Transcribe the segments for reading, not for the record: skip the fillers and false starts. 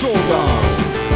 Showdown.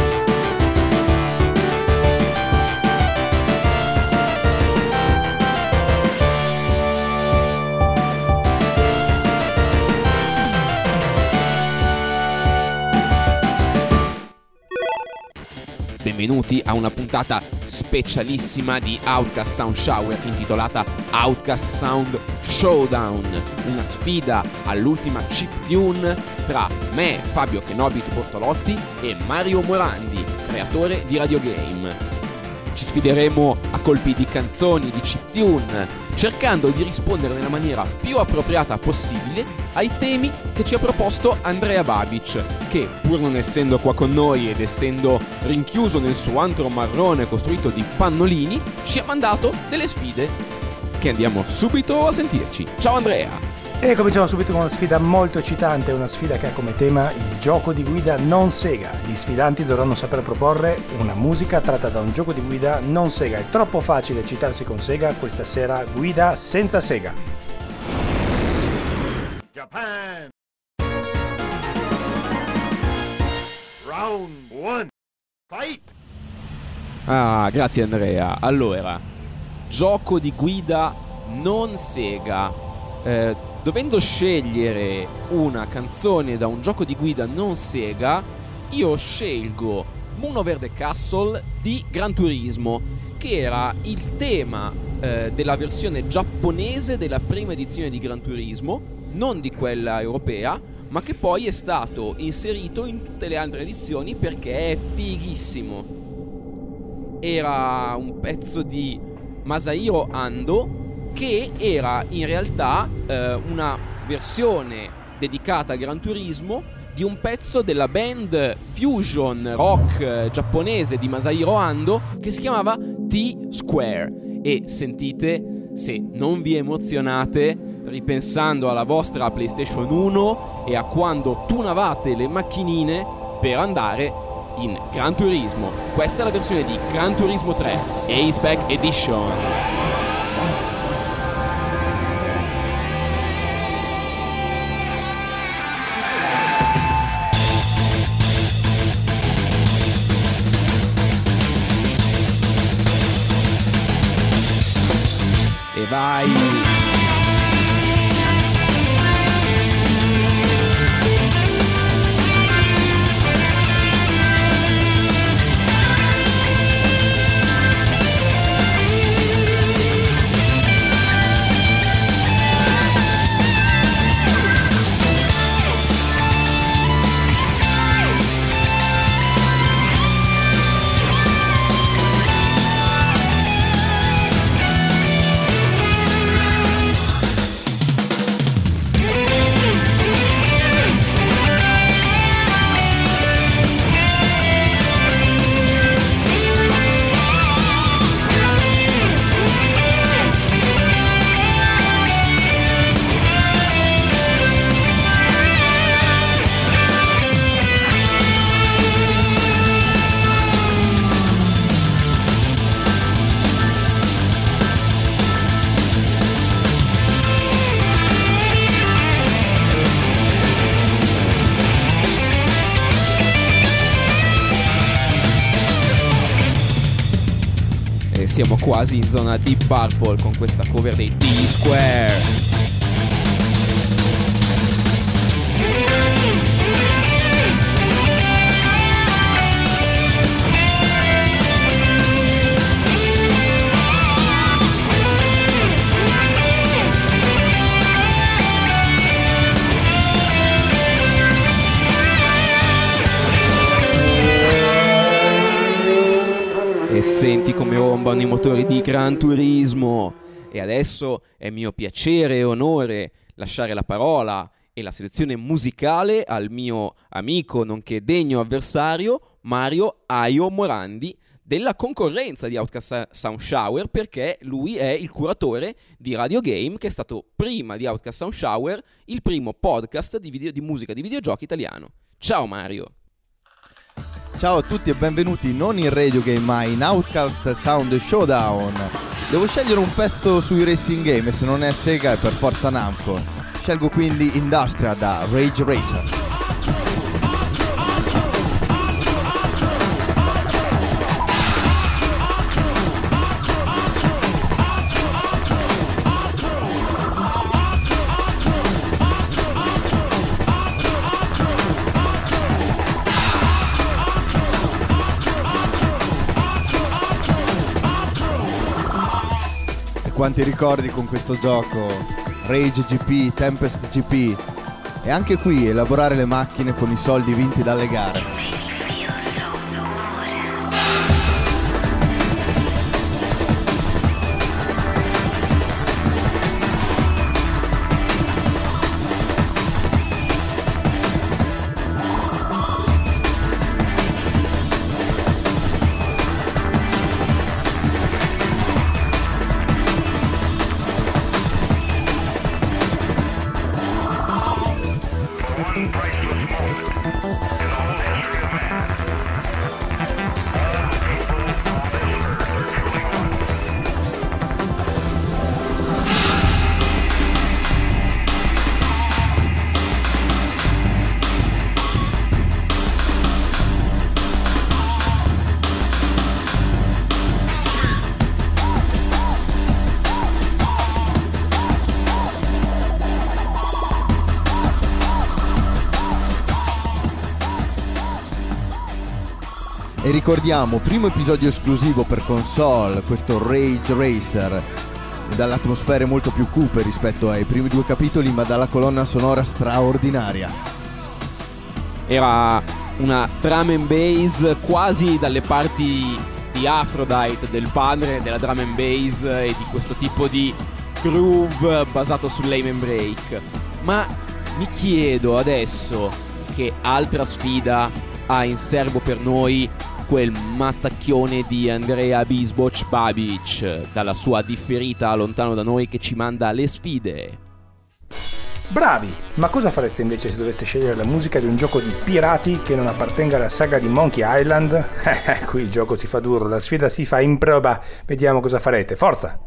Benvenuti a una puntata specialissima di Outcast Sound Shower intitolata Outcast Sound Showdown, una sfida all'ultima chiptune tra me, Fabio Kenobit Bortolotti, e Mario Morandi, creatore di Radio Game. Ci sfideremo a colpi di canzoni, di chiptune, cercando di rispondere nella maniera più appropriata possibile ai temi che ci ha proposto Andrea Babic, che, pur non essendo qua con noi ed essendo rinchiuso nel suo antro marrone costruito di pannolini, ci ha mandato delle sfide che andiamo subito a sentirci. Ciao Andrea! E cominciamo subito con una sfida molto eccitante, una sfida che ha come tema il gioco di guida non Sega. Gli sfidanti dovranno saper proporre una musica tratta da un gioco di guida non Sega. È troppo facile citarsi con Sega, questa sera guida senza Sega. Japan. Round 1. Fight. Ah, grazie Andrea. Allora, gioco di guida non Sega. Dovendo scegliere una canzone da un gioco di guida non Sega, io scelgo Moon Over the Castle di Gran Turismo, che era il tema della versione giapponese della prima edizione di Gran Turismo, non di quella europea, ma che poi è stato inserito in tutte le altre edizioni perché è fighissimo. Era un pezzo di Masahiro Ando, che era in realtà una versione dedicata a Gran Turismo di un pezzo della band fusion rock giapponese di Masahiro Ando che si chiamava T-Square. E sentite, se non vi emozionate ripensando alla vostra PlayStation 1 e a quando tunavate le macchinine per andare in Gran Turismo. Questa è la versione di Gran Turismo 3 Aceback Edition. E vai! Siamo quasi in zona Deep Purple con questa cover dei T-Square. E senti come rombano i motori di Gran Turismo. E adesso è mio piacere e onore lasciare la parola e la selezione musicale al mio amico nonché degno avversario Mario Aio Morandi della concorrenza di Outcast Sound Shower, perché lui è il curatore di Radio Game, che è stato prima di Outcast Sound Shower il primo podcast di musica di videogiochi italiano. Ciao Mario. Ciao a tutti e benvenuti non in Radio Game ma in Outcast Sound Showdown. Devo scegliere un pezzo sui racing game e se non è Sega è per forza Namco. Scelgo quindi Industria da Rage Racer. quanti ricordi con questo gioco, Rage GP, Tempest GP, e anche qui elaborare le macchine con i soldi vinti dalle gare. E ricordiamo, primo episodio esclusivo per console, questo Rage Racer, dalle atmosfere molto più cupe rispetto ai primi 2 capitoli, ma dalla colonna sonora straordinaria. Era una drum and bass quasi dalle parti di Aphrodite, del padre della drum and bass e di questo tipo di groove basato sull'aim and break. Ma mi chiedo adesso che altra sfida ha in serbo per noi quel mattacchione di Andrea Bisboc Babic, dalla sua differita lontano da noi, che ci manda le sfide. Bravi! Ma cosa fareste invece se doveste scegliere la musica di un gioco di pirati che non appartenga alla saga di Monkey Island? Qui il gioco si fa duro, la sfida si fa improba. Vediamo cosa farete, forza!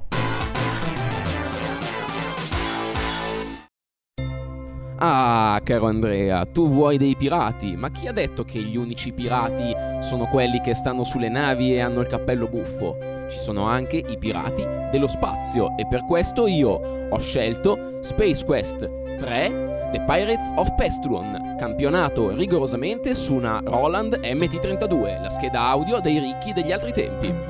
Ah, caro Andrea, tu vuoi dei pirati, ma chi ha detto che gli unici pirati sono quelli che stanno sulle navi e hanno il cappello buffo? Ci sono anche i pirati dello spazio, e per questo io ho scelto Space Quest 3 The Pirates of Pestron, campionato rigorosamente su una Roland MT32, la scheda audio dei ricchi degli altri tempi.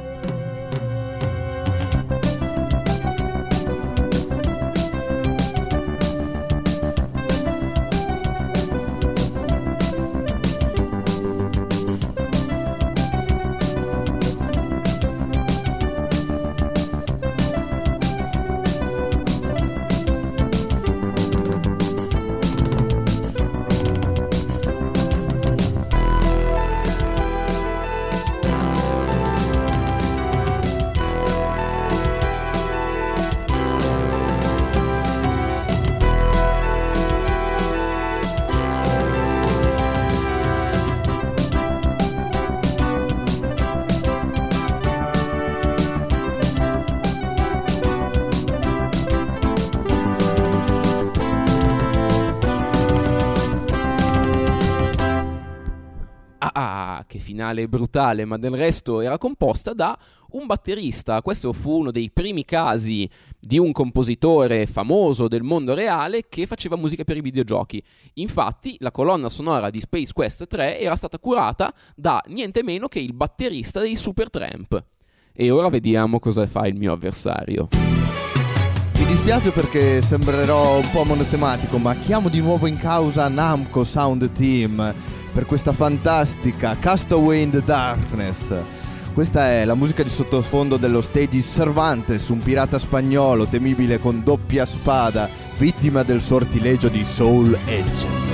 Che finale brutale, ma del resto era composta da un batterista. Questo fu uno dei primi casi di un compositore famoso del mondo reale che faceva musica per i videogiochi. Infatti la colonna sonora di Space Quest 3 era stata curata da niente meno che il batterista dei Supertramp. E ora vediamo cosa fa il mio avversario. Mi dispiace perché sembrerò un po' monotematico, ma chiamo di nuovo in causa Namco Sound Team per questa fantastica Castaway in the Darkness. Questa è la musica di sottofondo dello Stage Cervantes, un pirata spagnolo temibile con doppia spada, vittima del sortilegio di Soul Edge.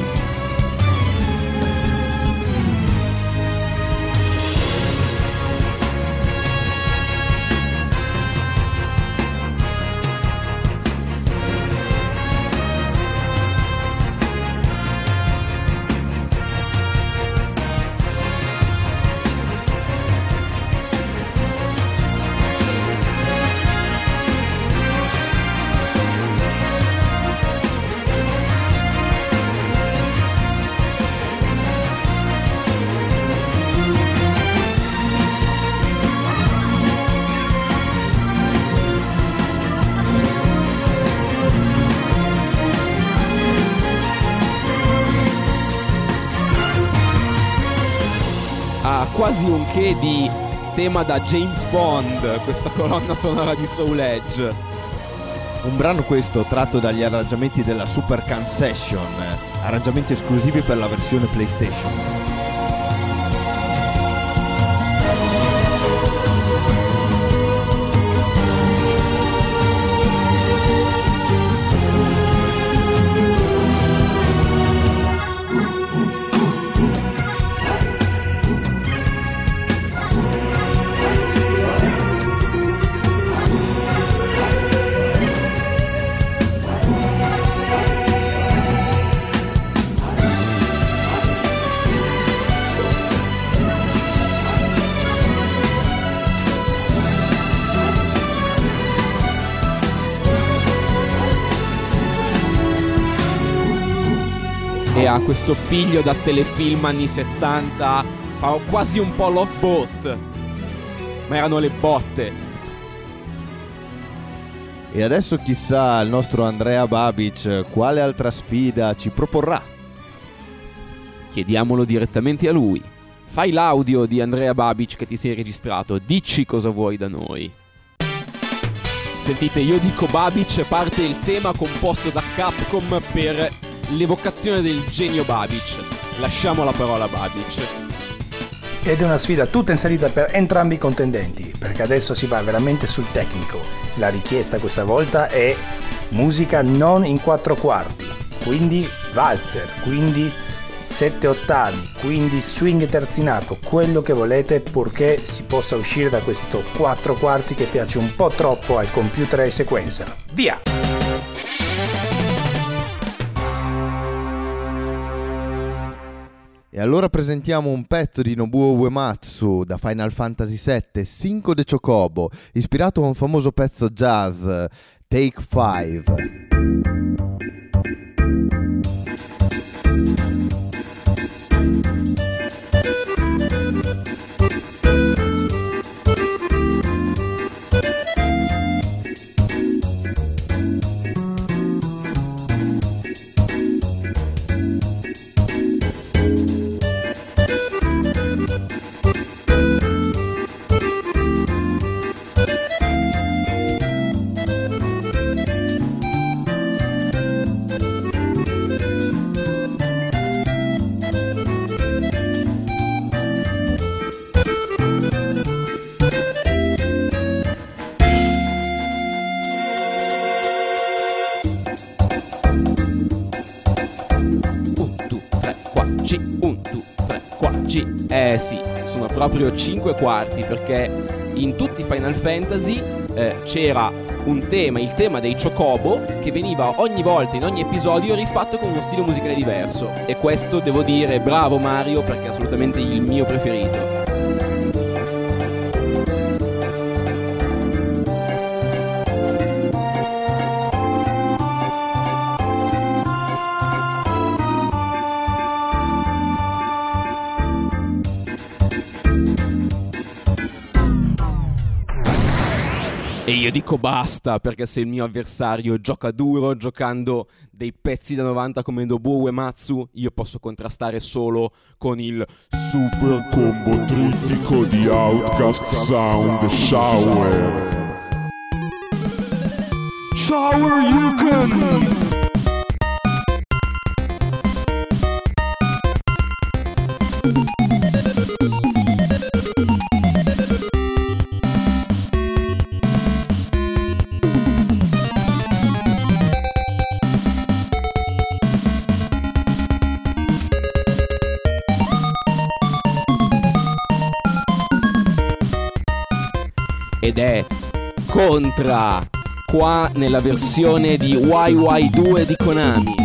Quasi un che di tema da James Bond, questa colonna sonora di Soul Edge. Un brano questo tratto dagli arrangiamenti della Super Can Session, arrangiamenti esclusivi per la versione PlayStation. E ha questo piglio da telefilm anni 70, fa quasi un po' Love Boat, ma erano le botte. E adesso chissà il nostro Andrea Babic quale altra sfida ci proporrà. Chiediamolo direttamente a lui. Fai l'audio di Andrea Babic che ti sei registrato, dici cosa vuoi da noi. Sentite, io dico Babic, parte il tema composto da Capcom per l'evocazione del genio Babic. Lasciamo la parola a Babic. Ed è una sfida tutta inserita per entrambi i contendenti, perché adesso si va veramente sul tecnico. La richiesta questa volta è musica non in 4/4, quindi valzer, quindi 7 ottavi, quindi swing terzinato, quello che volete, purché si possa uscire da questo 4/4 che piace un po' troppo al computer e ai sequencer. Via! E allora presentiamo un pezzo di Nobuo Uematsu da Final Fantasy VII, Cinco de Chocobo, ispirato a un famoso pezzo jazz, Take 5. Sì, sono proprio 5/4, perché in tutti i Final Fantasy c'era un tema, il tema dei Chocobo, che veniva ogni volta, in ogni episodio, rifatto con uno stile musicale diverso. E questo, devo dire, bravo Mario, perché è assolutamente il mio preferito. E io dico basta, perché se il mio avversario gioca duro, giocando dei pezzi da 90 come Nobuo Uematsu, io posso contrastare solo con il super combo trittico di Outcast Sound Shower. Shower you can! Ed è Contra, qua nella versione di YY2 di Konami.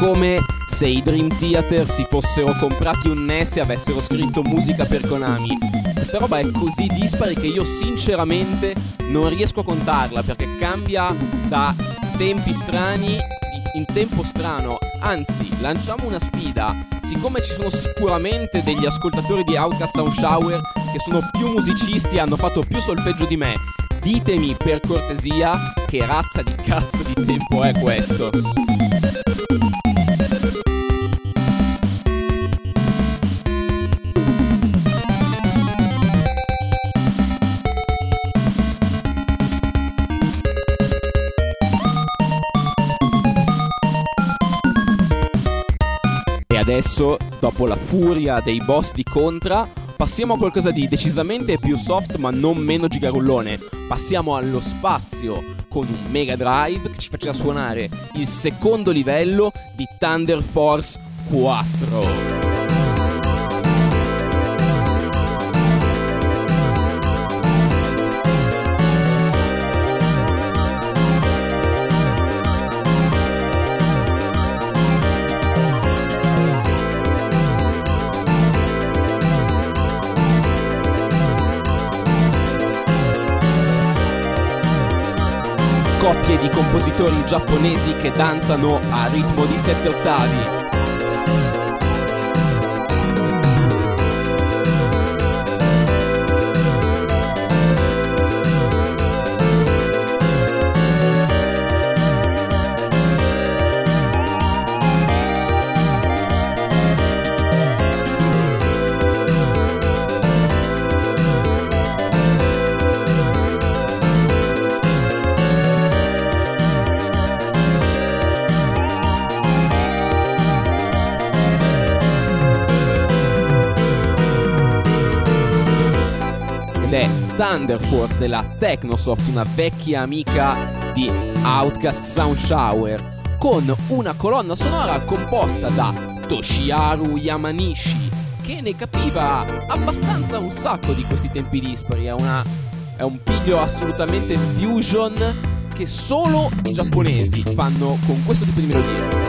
come se i Dream Theater si fossero comprati un NES e avessero scritto musica per Konami. Questa roba è così dispari che io sinceramente non riesco a contarla, perché cambia da tempi strani in tempo strano. Anzi, lanciamo una sfida: siccome ci sono sicuramente degli ascoltatori di Outcast Sound Shower che sono più musicisti e hanno fatto più solfeggio di me, ditemi per cortesia che razza di cazzo di tempo è questo. E adesso, dopo la furia dei boss di Contra, passiamo a qualcosa di decisamente più soft ma non meno gigarullone. Passiamo allo spazio con un Mega Drive che ci faceva suonare il secondo livello di Thunder Force 4. Coppie di compositori giapponesi che danzano a ritmo di 7 ottavi. Thunder Force della Technosoft, una vecchia amica di Outcast Sound Shower, con una colonna sonora composta da Toshiharu Yamanishi, che ne capiva abbastanza un sacco di questi tempi dispari. È un piglio assolutamente fusion che solo i giapponesi fanno con questo tipo di melodie.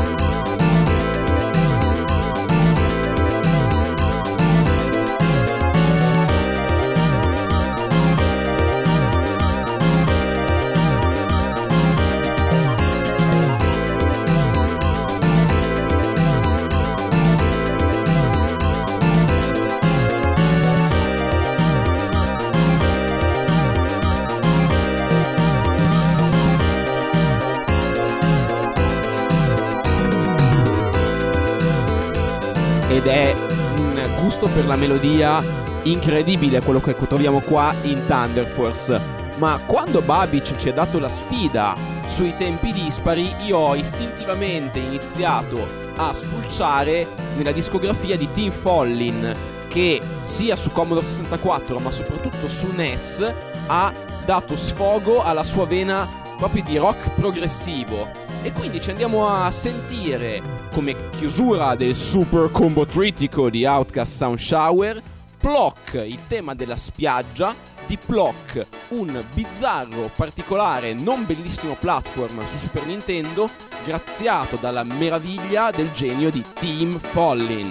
Ed è un gusto per la melodia incredibile quello che troviamo qua in Thunder Force. Ma quando Babic ci ha dato la sfida sui tempi dispari, io ho istintivamente iniziato a spulciare nella discografia di Tim Follin, che sia su Commodore 64 ma soprattutto su NES ha dato sfogo alla sua vena proprio di rock progressivo. E quindi ci andiamo a sentire, come chiusura del super combo trittico di Outcast Sound Shower, Plock, il tema della spiaggia di Plock, un bizzarro, particolare, non bellissimo platform su Super Nintendo, graziato dalla meraviglia del genio di Tim Follin.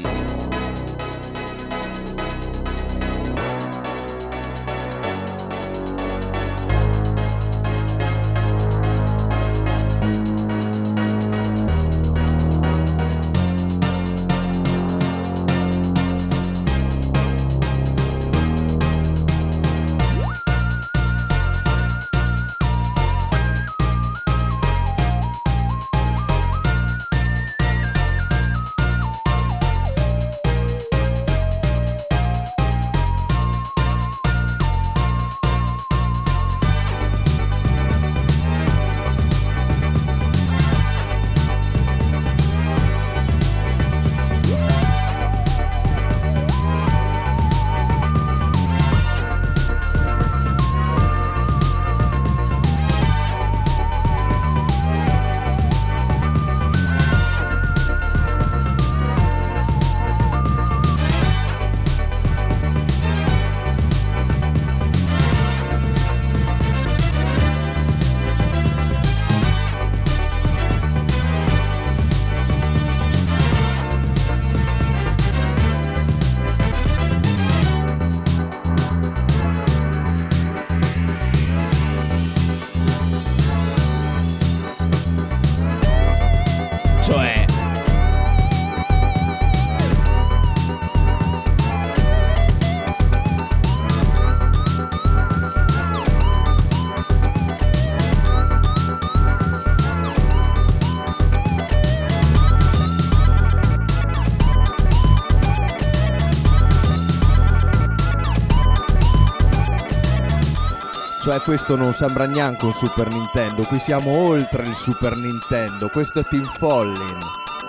Beh, questo non sembra neanche un Super Nintendo, qui siamo oltre il Super Nintendo, questo è Tim Follin.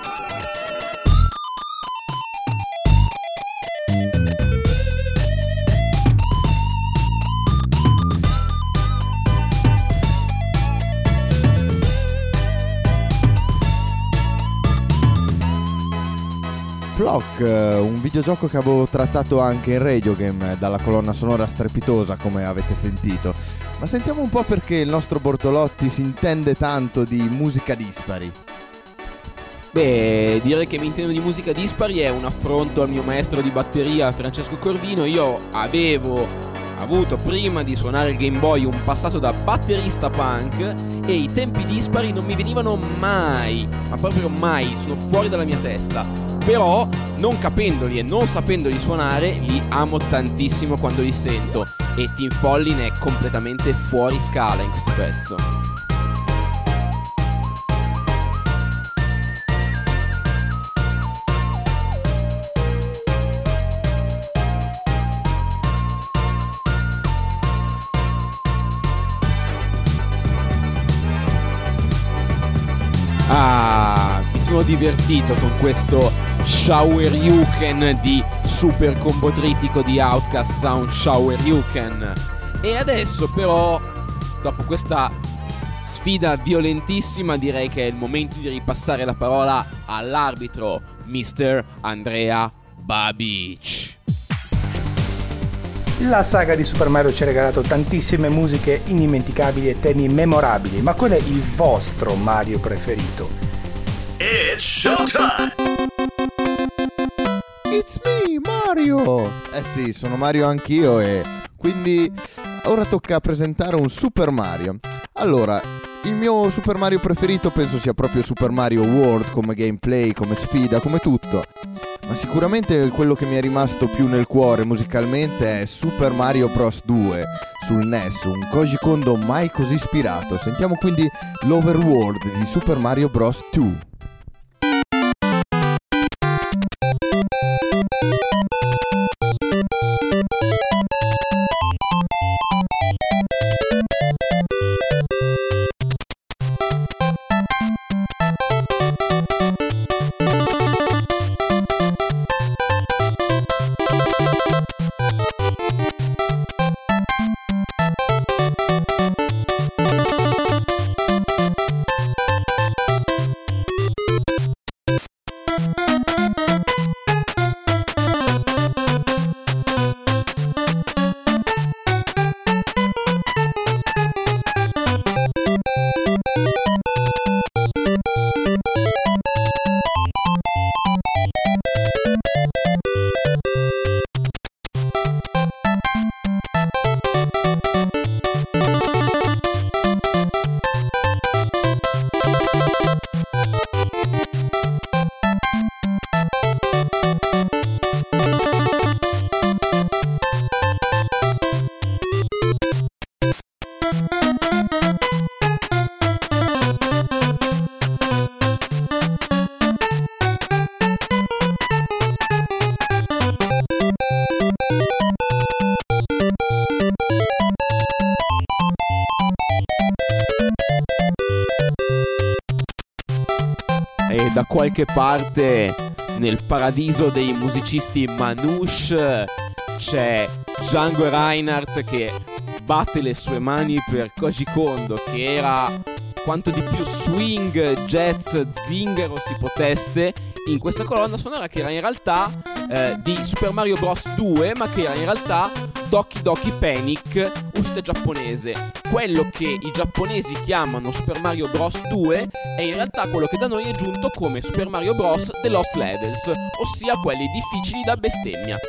Flock, un videogioco che avevo trattato anche in Radio Game, dalla colonna sonora strepitosa come avete sentito. Ma sentiamo un po' perché il nostro Bortolotti si intende tanto di musica dispari. Beh, dire che mi intendo di musica dispari è un affronto al mio maestro di batteria Francesco Corvino. Io avevo avuto prima di suonare il Game Boy un passato da batterista punk e i tempi dispari non mi venivano mai, ma proprio mai, sono fuori dalla mia testa. Però, non capendoli e non sapendoli suonare, li amo tantissimo quando li sento. E Tim Follin è completamente fuori scala in questo pezzo. Mi sono divertito con questo Showeryuken di super combo trittico di Outcast Sound Showeryuken. E adesso però, dopo questa sfida violentissima, direi che è il momento di ripassare la parola all'arbitro, Mr. Andrea Babic. La saga di Super Mario ci ha regalato tantissime musiche indimenticabili e temi memorabili, ma qual è il vostro Mario preferito? It's showtime! It's me, Mario! Eh sì, sono Mario anch'io e quindi ora tocca presentare un Super Mario. Allora, il mio Super Mario preferito penso sia proprio Super Mario World, come gameplay, come sfida, come tutto. Ma sicuramente quello che mi è rimasto più nel cuore musicalmente è Super Mario Bros. 2 sul NES, un Koji Kondo mai così ispirato. Sentiamo quindi l'Overworld di Super Mario Bros. 2. E da qualche parte nel paradiso dei musicisti Manouche c'è Django Reinhardt che batte le sue mani per Koji Kondo, che era quanto di più swing, jazz, zingaro si potesse in questa colonna sonora, che era in realtà di Super Mario Bros. 2, ma che era in realtà Doki Doki Panic, uscita giapponese. Quello che i giapponesi chiamano Super Mario Bros. 2 è in realtà quello che da noi è giunto come Super Mario Bros. The Lost Levels, ossia quelli difficili da bestemmia.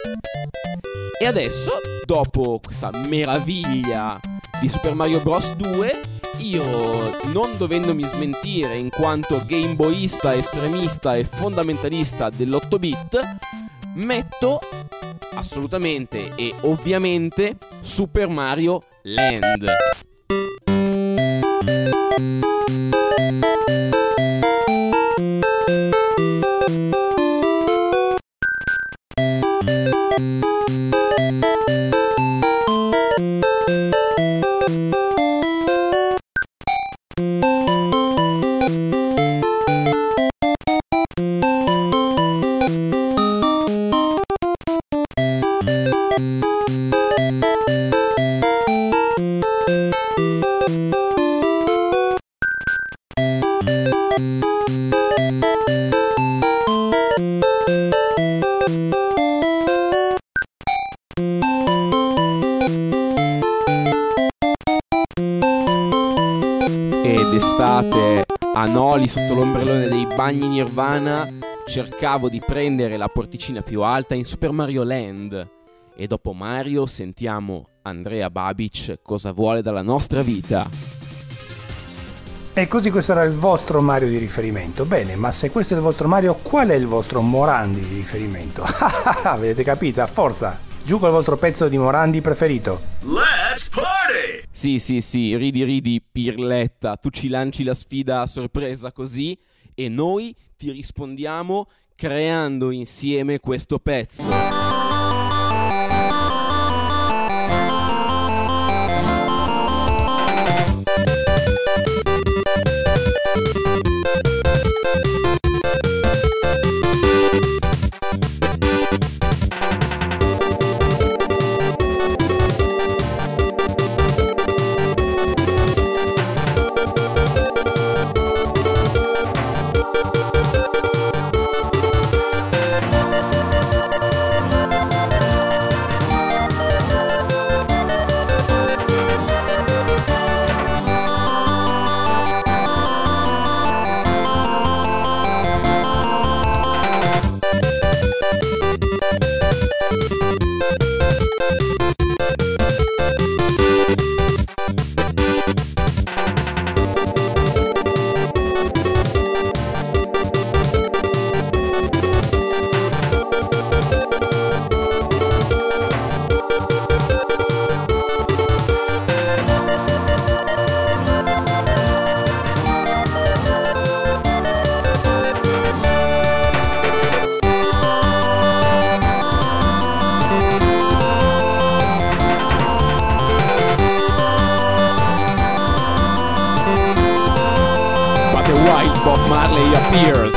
E adesso, dopo questa meraviglia di Super Mario Bros. 2, io, non dovendomi smentire in quanto gameboyista, estremista e fondamentalista dell'8-bit, metto assolutamente e ovviamente Super Mario Land. ed estate a Noli sotto l'ombrellone dei bagni Nirvana cercavo di prendere la porticina più alta in Super Mario Land. E dopo Mario sentiamo Andrea Babic cosa vuole dalla nostra vita. E così questo era il vostro Mario di riferimento. Bene, ma se questo è il vostro Mario, qual è il vostro Morandi di riferimento? Avete capito? Forza! Giù col vostro pezzo di Morandi preferito. Let's party! Sì, ridi Pirletta, tu ci lanci la sfida a sorpresa così e noi ti rispondiamo creando insieme questo pezzo. Bob Marley appears.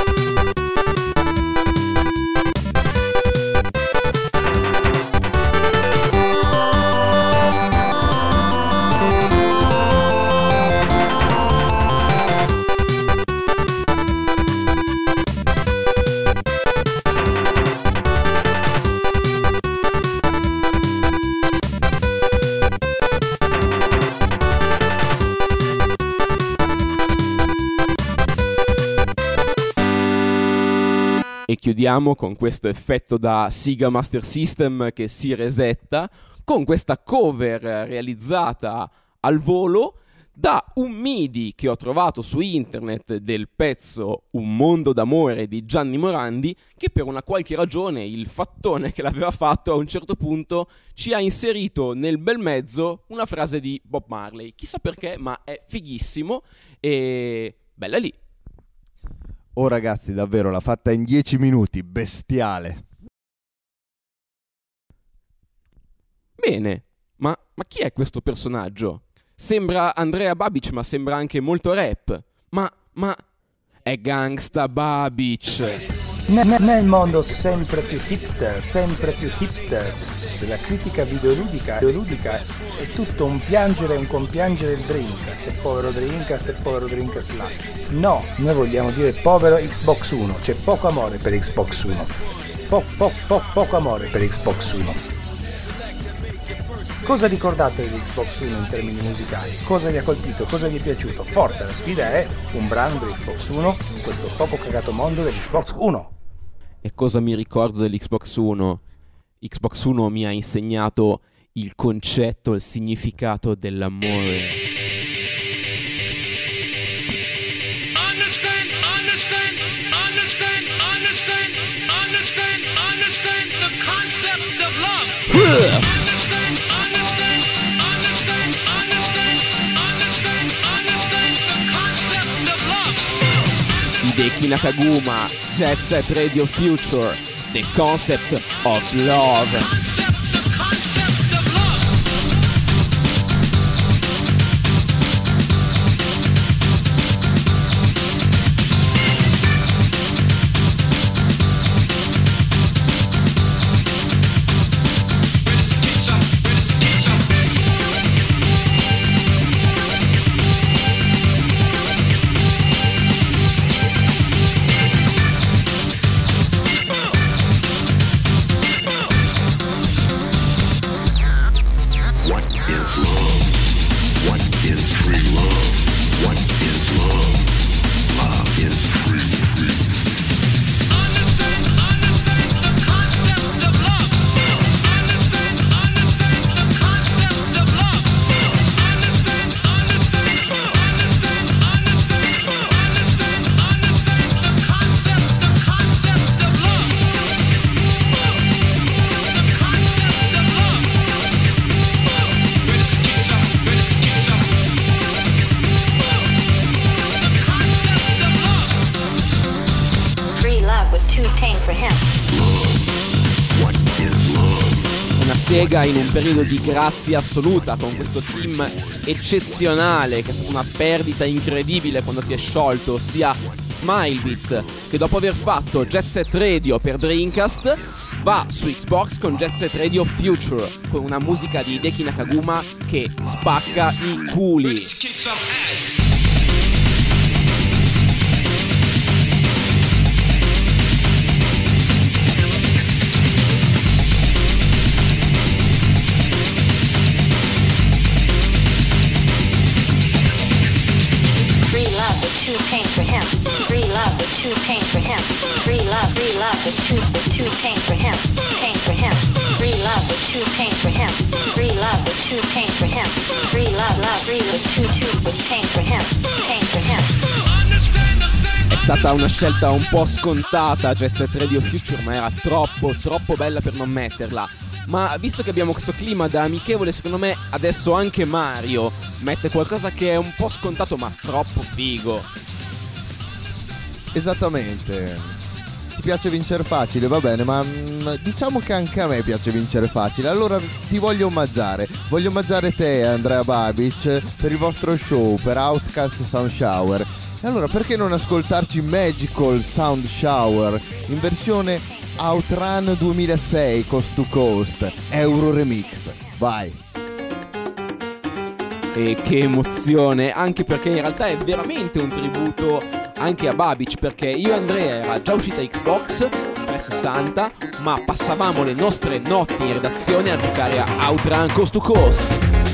E chiudiamo con questo effetto da Sega Master System che si resetta, con questa cover realizzata al volo da un MIDI che ho trovato su internet del pezzo Un mondo d'amore di Gianni Morandi, che per una qualche ragione il fattone che l'aveva fatto a un certo punto ci ha inserito nel bel mezzo una frase di Bob Marley. Chissà perché, ma è fighissimo e bella lì. Oh ragazzi, davvero, l'ha fatta in 10 minuti, bestiale. Bene, ma chi è questo personaggio? Sembra Andrea Babic, ma sembra anche molto rap. Ma è Gangsta Babic. Nel mondo sempre più hipster della critica videoludica è tutto un piangere e un compiangere il Dreamcast, e povero Dreamcast là. No, noi vogliamo dire povero Xbox One, c'è poco amore per Xbox One, poco amore per Xbox One. Cosa ricordate di Xbox One in termini musicali? Cosa vi ha colpito? Cosa vi è piaciuto? Forza, la sfida è un brano di Xbox One in questo poco cagato mondo dell'Xbox One. E cosa mi ricordo dell'Xbox One? Xbox One mi ha insegnato il concetto, il significato dell'amore. Understand the concept of love. Hideki Nakaguma, Jet Set Radio Future, The Concept of Love. too tame for him. Una Sega in un periodo di grazia assoluta, con questo team eccezionale, che è stata una perdita incredibile quando si è sciolto, sia Smilebit, che dopo aver fatto Jet Set Radio per Dreamcast va su Xbox con Jet Set Radio Future, con una musica di Hideki Nakaguma che spacca i culi. Too tame for him. Free love is too tame for him. Free love is too tame for him. Tame for him. Free love is too tame for him. Free love is too tame for him. Free love is too tame for him. Tame for him. È stata una scelta un po' scontata Jet Set Radio Future, ma era troppo bella per non metterla. Ma visto che abbiamo questo clima da amichevole, secondo me adesso anche Mario mette qualcosa che è un po' scontato ma troppo figo. Esattamente. Ti piace vincere facile, va bene, ma diciamo che anche a me piace vincere facile. Allora ti voglio omaggiare. Voglio omaggiare te, Andrea Babic, per il vostro show, per Outcast Sound Shower. E allora perché non ascoltarci Magical Sound Shower in versione Outrun 2006 Coast to Coast Euro Remix? Vai! E che emozione, anche perché in realtà è veramente un tributo anche a Babic, perché io e Andrea era già uscita Xbox 360, ma passavamo le nostre notti in redazione a giocare a Outrun Coast to Coast.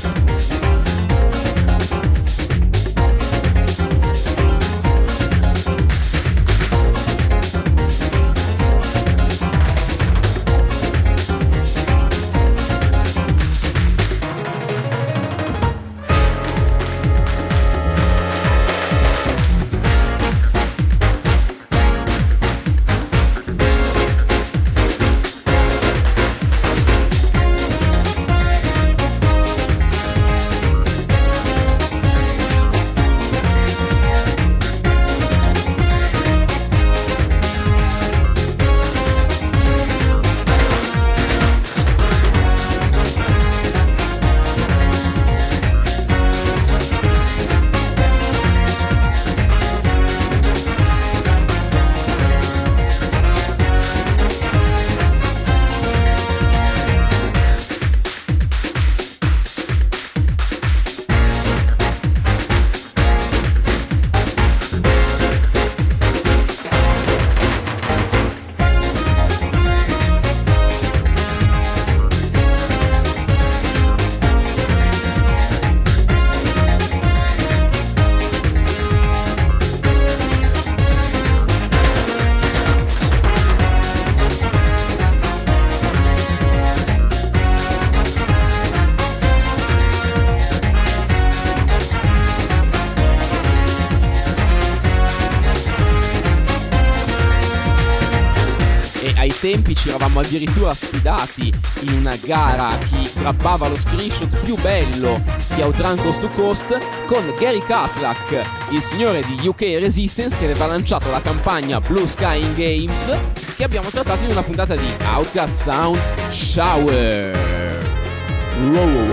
Ai tempi ci eravamo addirittura sfidati in una gara a chi grabbava lo screenshot più bello di Outrun Coast to Coast con Gary Catlak, il signore di UK Resistance, che aveva lanciato la campagna Blue Sky in Games, che abbiamo trattato in una puntata di Outcast Sound Shower. Wow.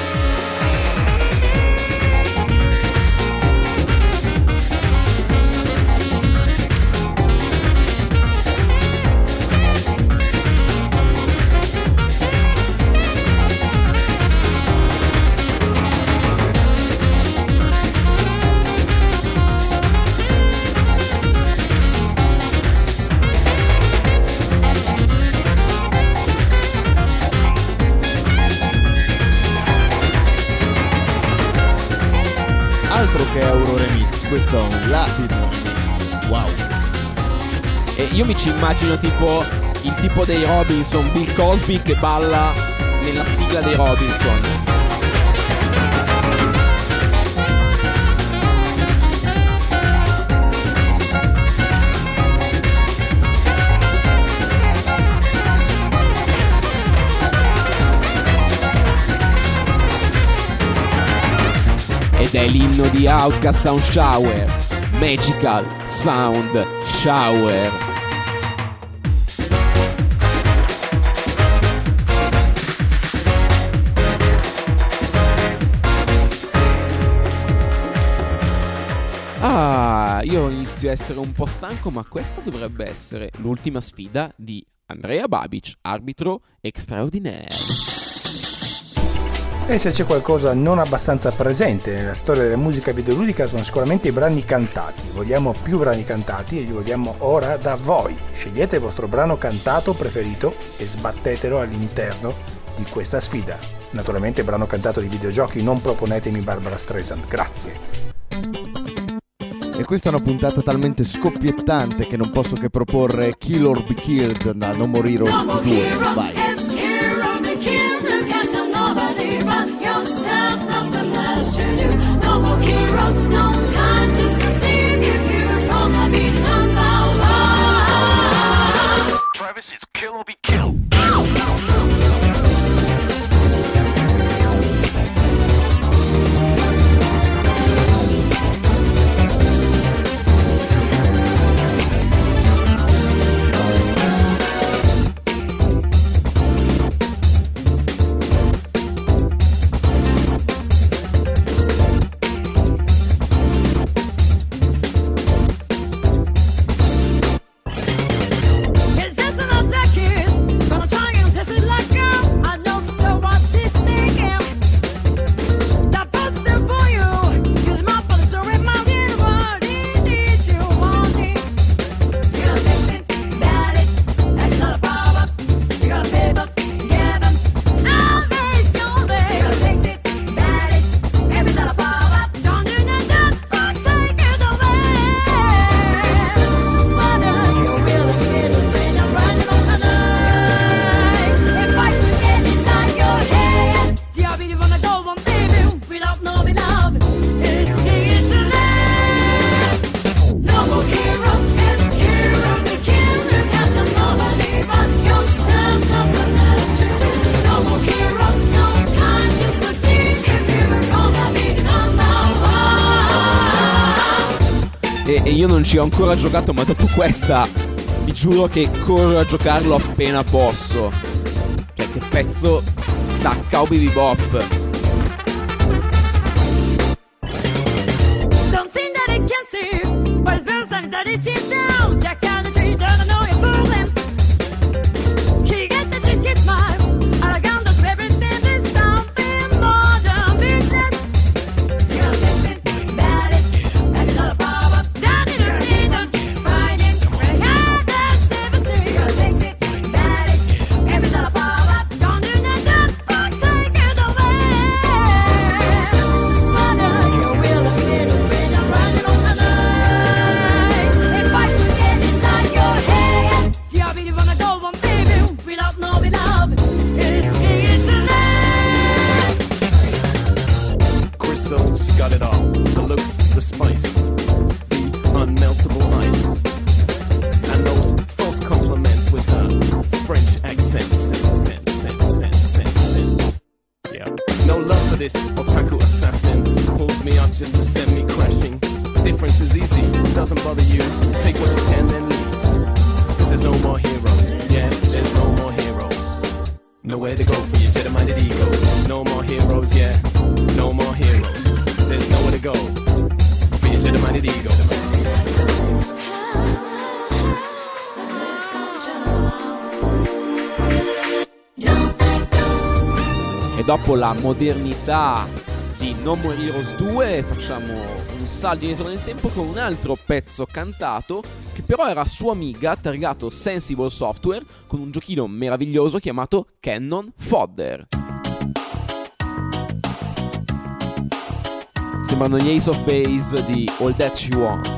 Altro che Euro Remix, questo è un Latin Remix. Wow. E io mi ci immagino tipo il tipo dei Robinson, Bill Cosby, che balla nella sigla dei Robinson. Ed è l'inno di Outcast Sound Shower, Magical Sound Shower. Ah, io inizio a essere un po' stanco, ma questa dovrebbe essere l'ultima sfida di Andrea Babic, arbitro extraordinaire. E se c'è qualcosa non abbastanza presente nella storia della musica videoludica sono sicuramente i brani cantati. Vogliamo più brani cantati e li vogliamo ora da voi. Scegliete il vostro brano cantato preferito e sbattetelo all'interno di questa sfida. Naturalmente brano cantato di videogiochi, non proponetemi Barbara Streisand, grazie. E questa è una puntata talmente scoppiettante che non posso che proporre Kill or Be Killed da No More Heroes 2. Vai. Travis, it's kill or be killed. E io non ci ho ancora giocato, ma dopo questa vi giuro che corro a giocarlo appena posso. Cioè, che pezzo da Cowboy Bebop. Something that I can't see, but it's been something that it cheats down. Jack down the tree, don't know you're fooling. He get the chick, it's mine. I got the everything is something more than business. You're thinking about it, and it's all about down in the rhythm, fighting, yeah, that's devastating. You're thinking about it, and it's all about don't do that, fuck, take it away. Mother, you will get it when I'm running on the night. If I could get inside your head, yeah, I really wanna go on, baby, without no love. It's easy. Crystal, she got it all. The looks, the spice, the unmeltable ice. And those false compliments with her French accent. Yeah. No love for this otaku assassin. Pulls me up just to send me crashing. Difference is easy, doesn't bother you. Take what you can, then leave. Cause there's no more heroes. Yeah, there's no more heroes. Nowhere to go for your Jedi-minded ego. No more heroes, yeah. No more heroes. There's nowhere to go for your Jedi-minded ego. E dopo la modernità di No More Heroes 2 facciamo un salto indietro nel tempo con un altro pezzo cantato che però era su Amiga targato Sensible Software con un giochino meraviglioso chiamato Cannon Fodder. Sembrano gli Ace of Base di All That She Wants.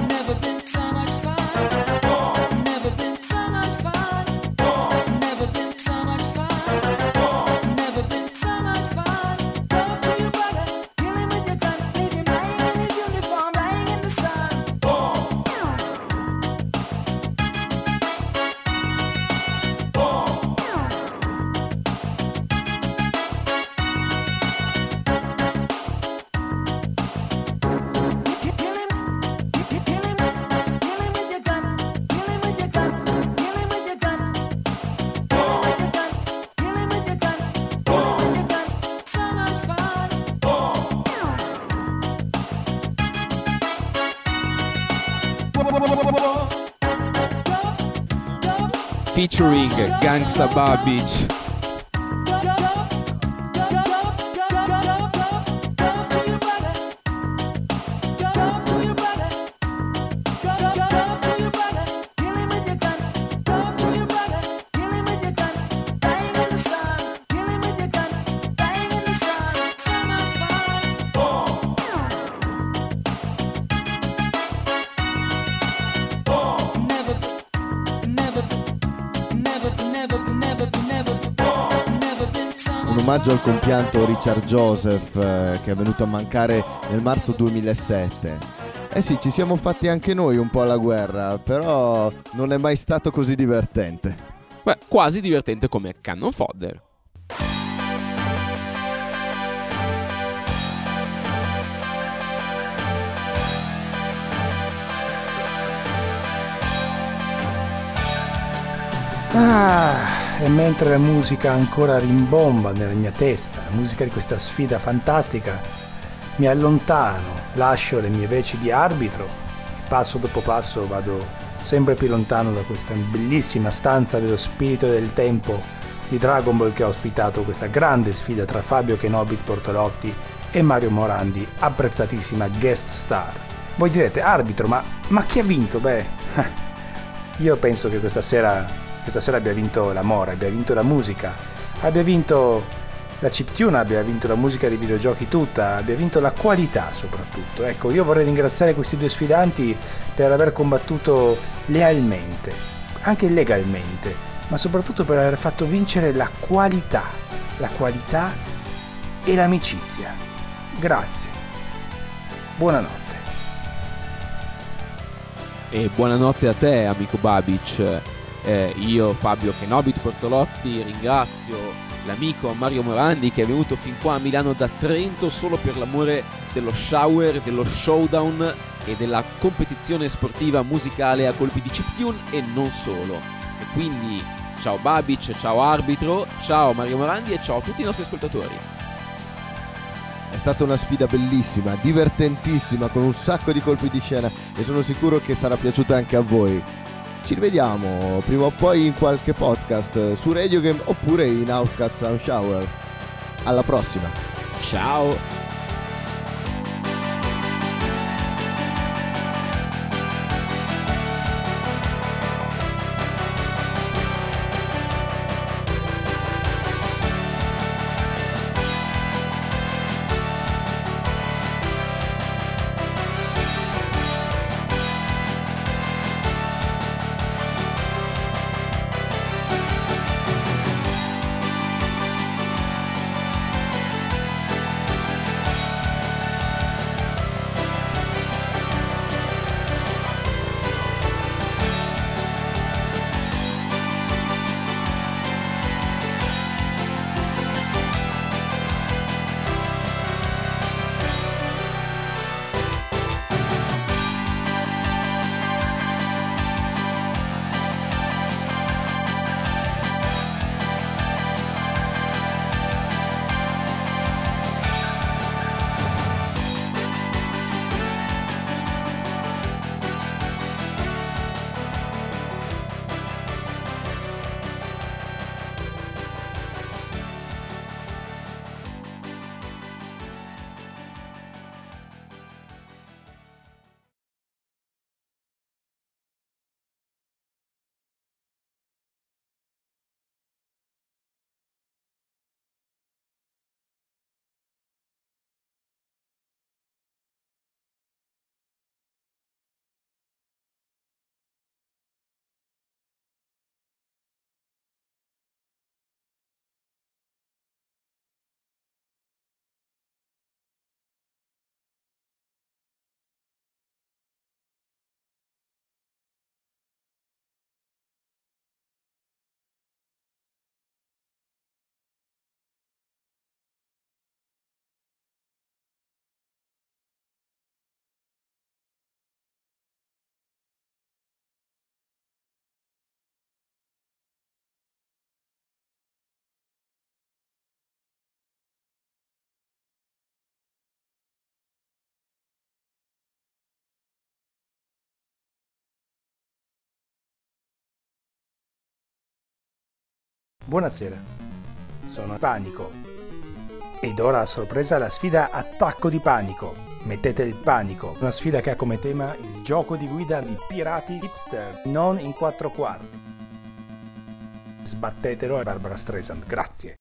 Never been featuring Gangsta Babbage. Un omaggio al compianto Richard Joseph che è venuto a mancare nel marzo 2007. Eh sì, ci siamo fatti anche noi un po' alla guerra, però non è mai stato così divertente. Beh, quasi divertente come Cannon Fodder. E mentre la musica ancora rimbomba nella mia testa, la musica di questa sfida fantastica, mi allontano, lascio le mie veci di arbitro, passo dopo passo vado sempre più lontano da questa bellissima stanza dello spirito del tempo di Dragon Ball che ha ospitato questa grande sfida tra Fabio Kenobit Bortolotti e Mario Morandi, apprezzatissima guest star. Voi direte, arbitro, ma chi ha vinto? Beh, io penso che questa sera abbia vinto l'amore, abbia vinto la musica, abbia vinto la chiptune, abbia vinto la musica dei videogiochi tutta, abbia vinto la qualità soprattutto. Ecco, io vorrei ringraziare questi due sfidanti per aver combattuto lealmente, anche legalmente, ma soprattutto per aver fatto vincere la qualità e l'amicizia. Grazie. Buonanotte. E buonanotte a te, amico Babic. Io, Fabio Kenobit Bortolotti, ringrazio l'amico Mario Morandi che è venuto fin qua a Milano da Trento solo per l'amore dello shower, dello showdown e della competizione sportiva musicale a colpi di chiptune e non solo. E quindi ciao Babic, ciao arbitro, ciao Mario Morandi e ciao a tutti i nostri ascoltatori. È stata una sfida bellissima, divertentissima, con un sacco di colpi di scena e sono sicuro che sarà piaciuta anche a voi. Ci rivediamo prima o poi in qualche podcast su Radio Game oppure in Outcast Sound Shower. Alla prossima. Ciao. Buonasera, sono Panico. Ed ora a sorpresa la sfida Attacco di Panico. Mettete il panico, una sfida che ha come tema il gioco di guida di pirati hipster, non in 4 quarti. Sbattetelo a Barbara Streisand, grazie.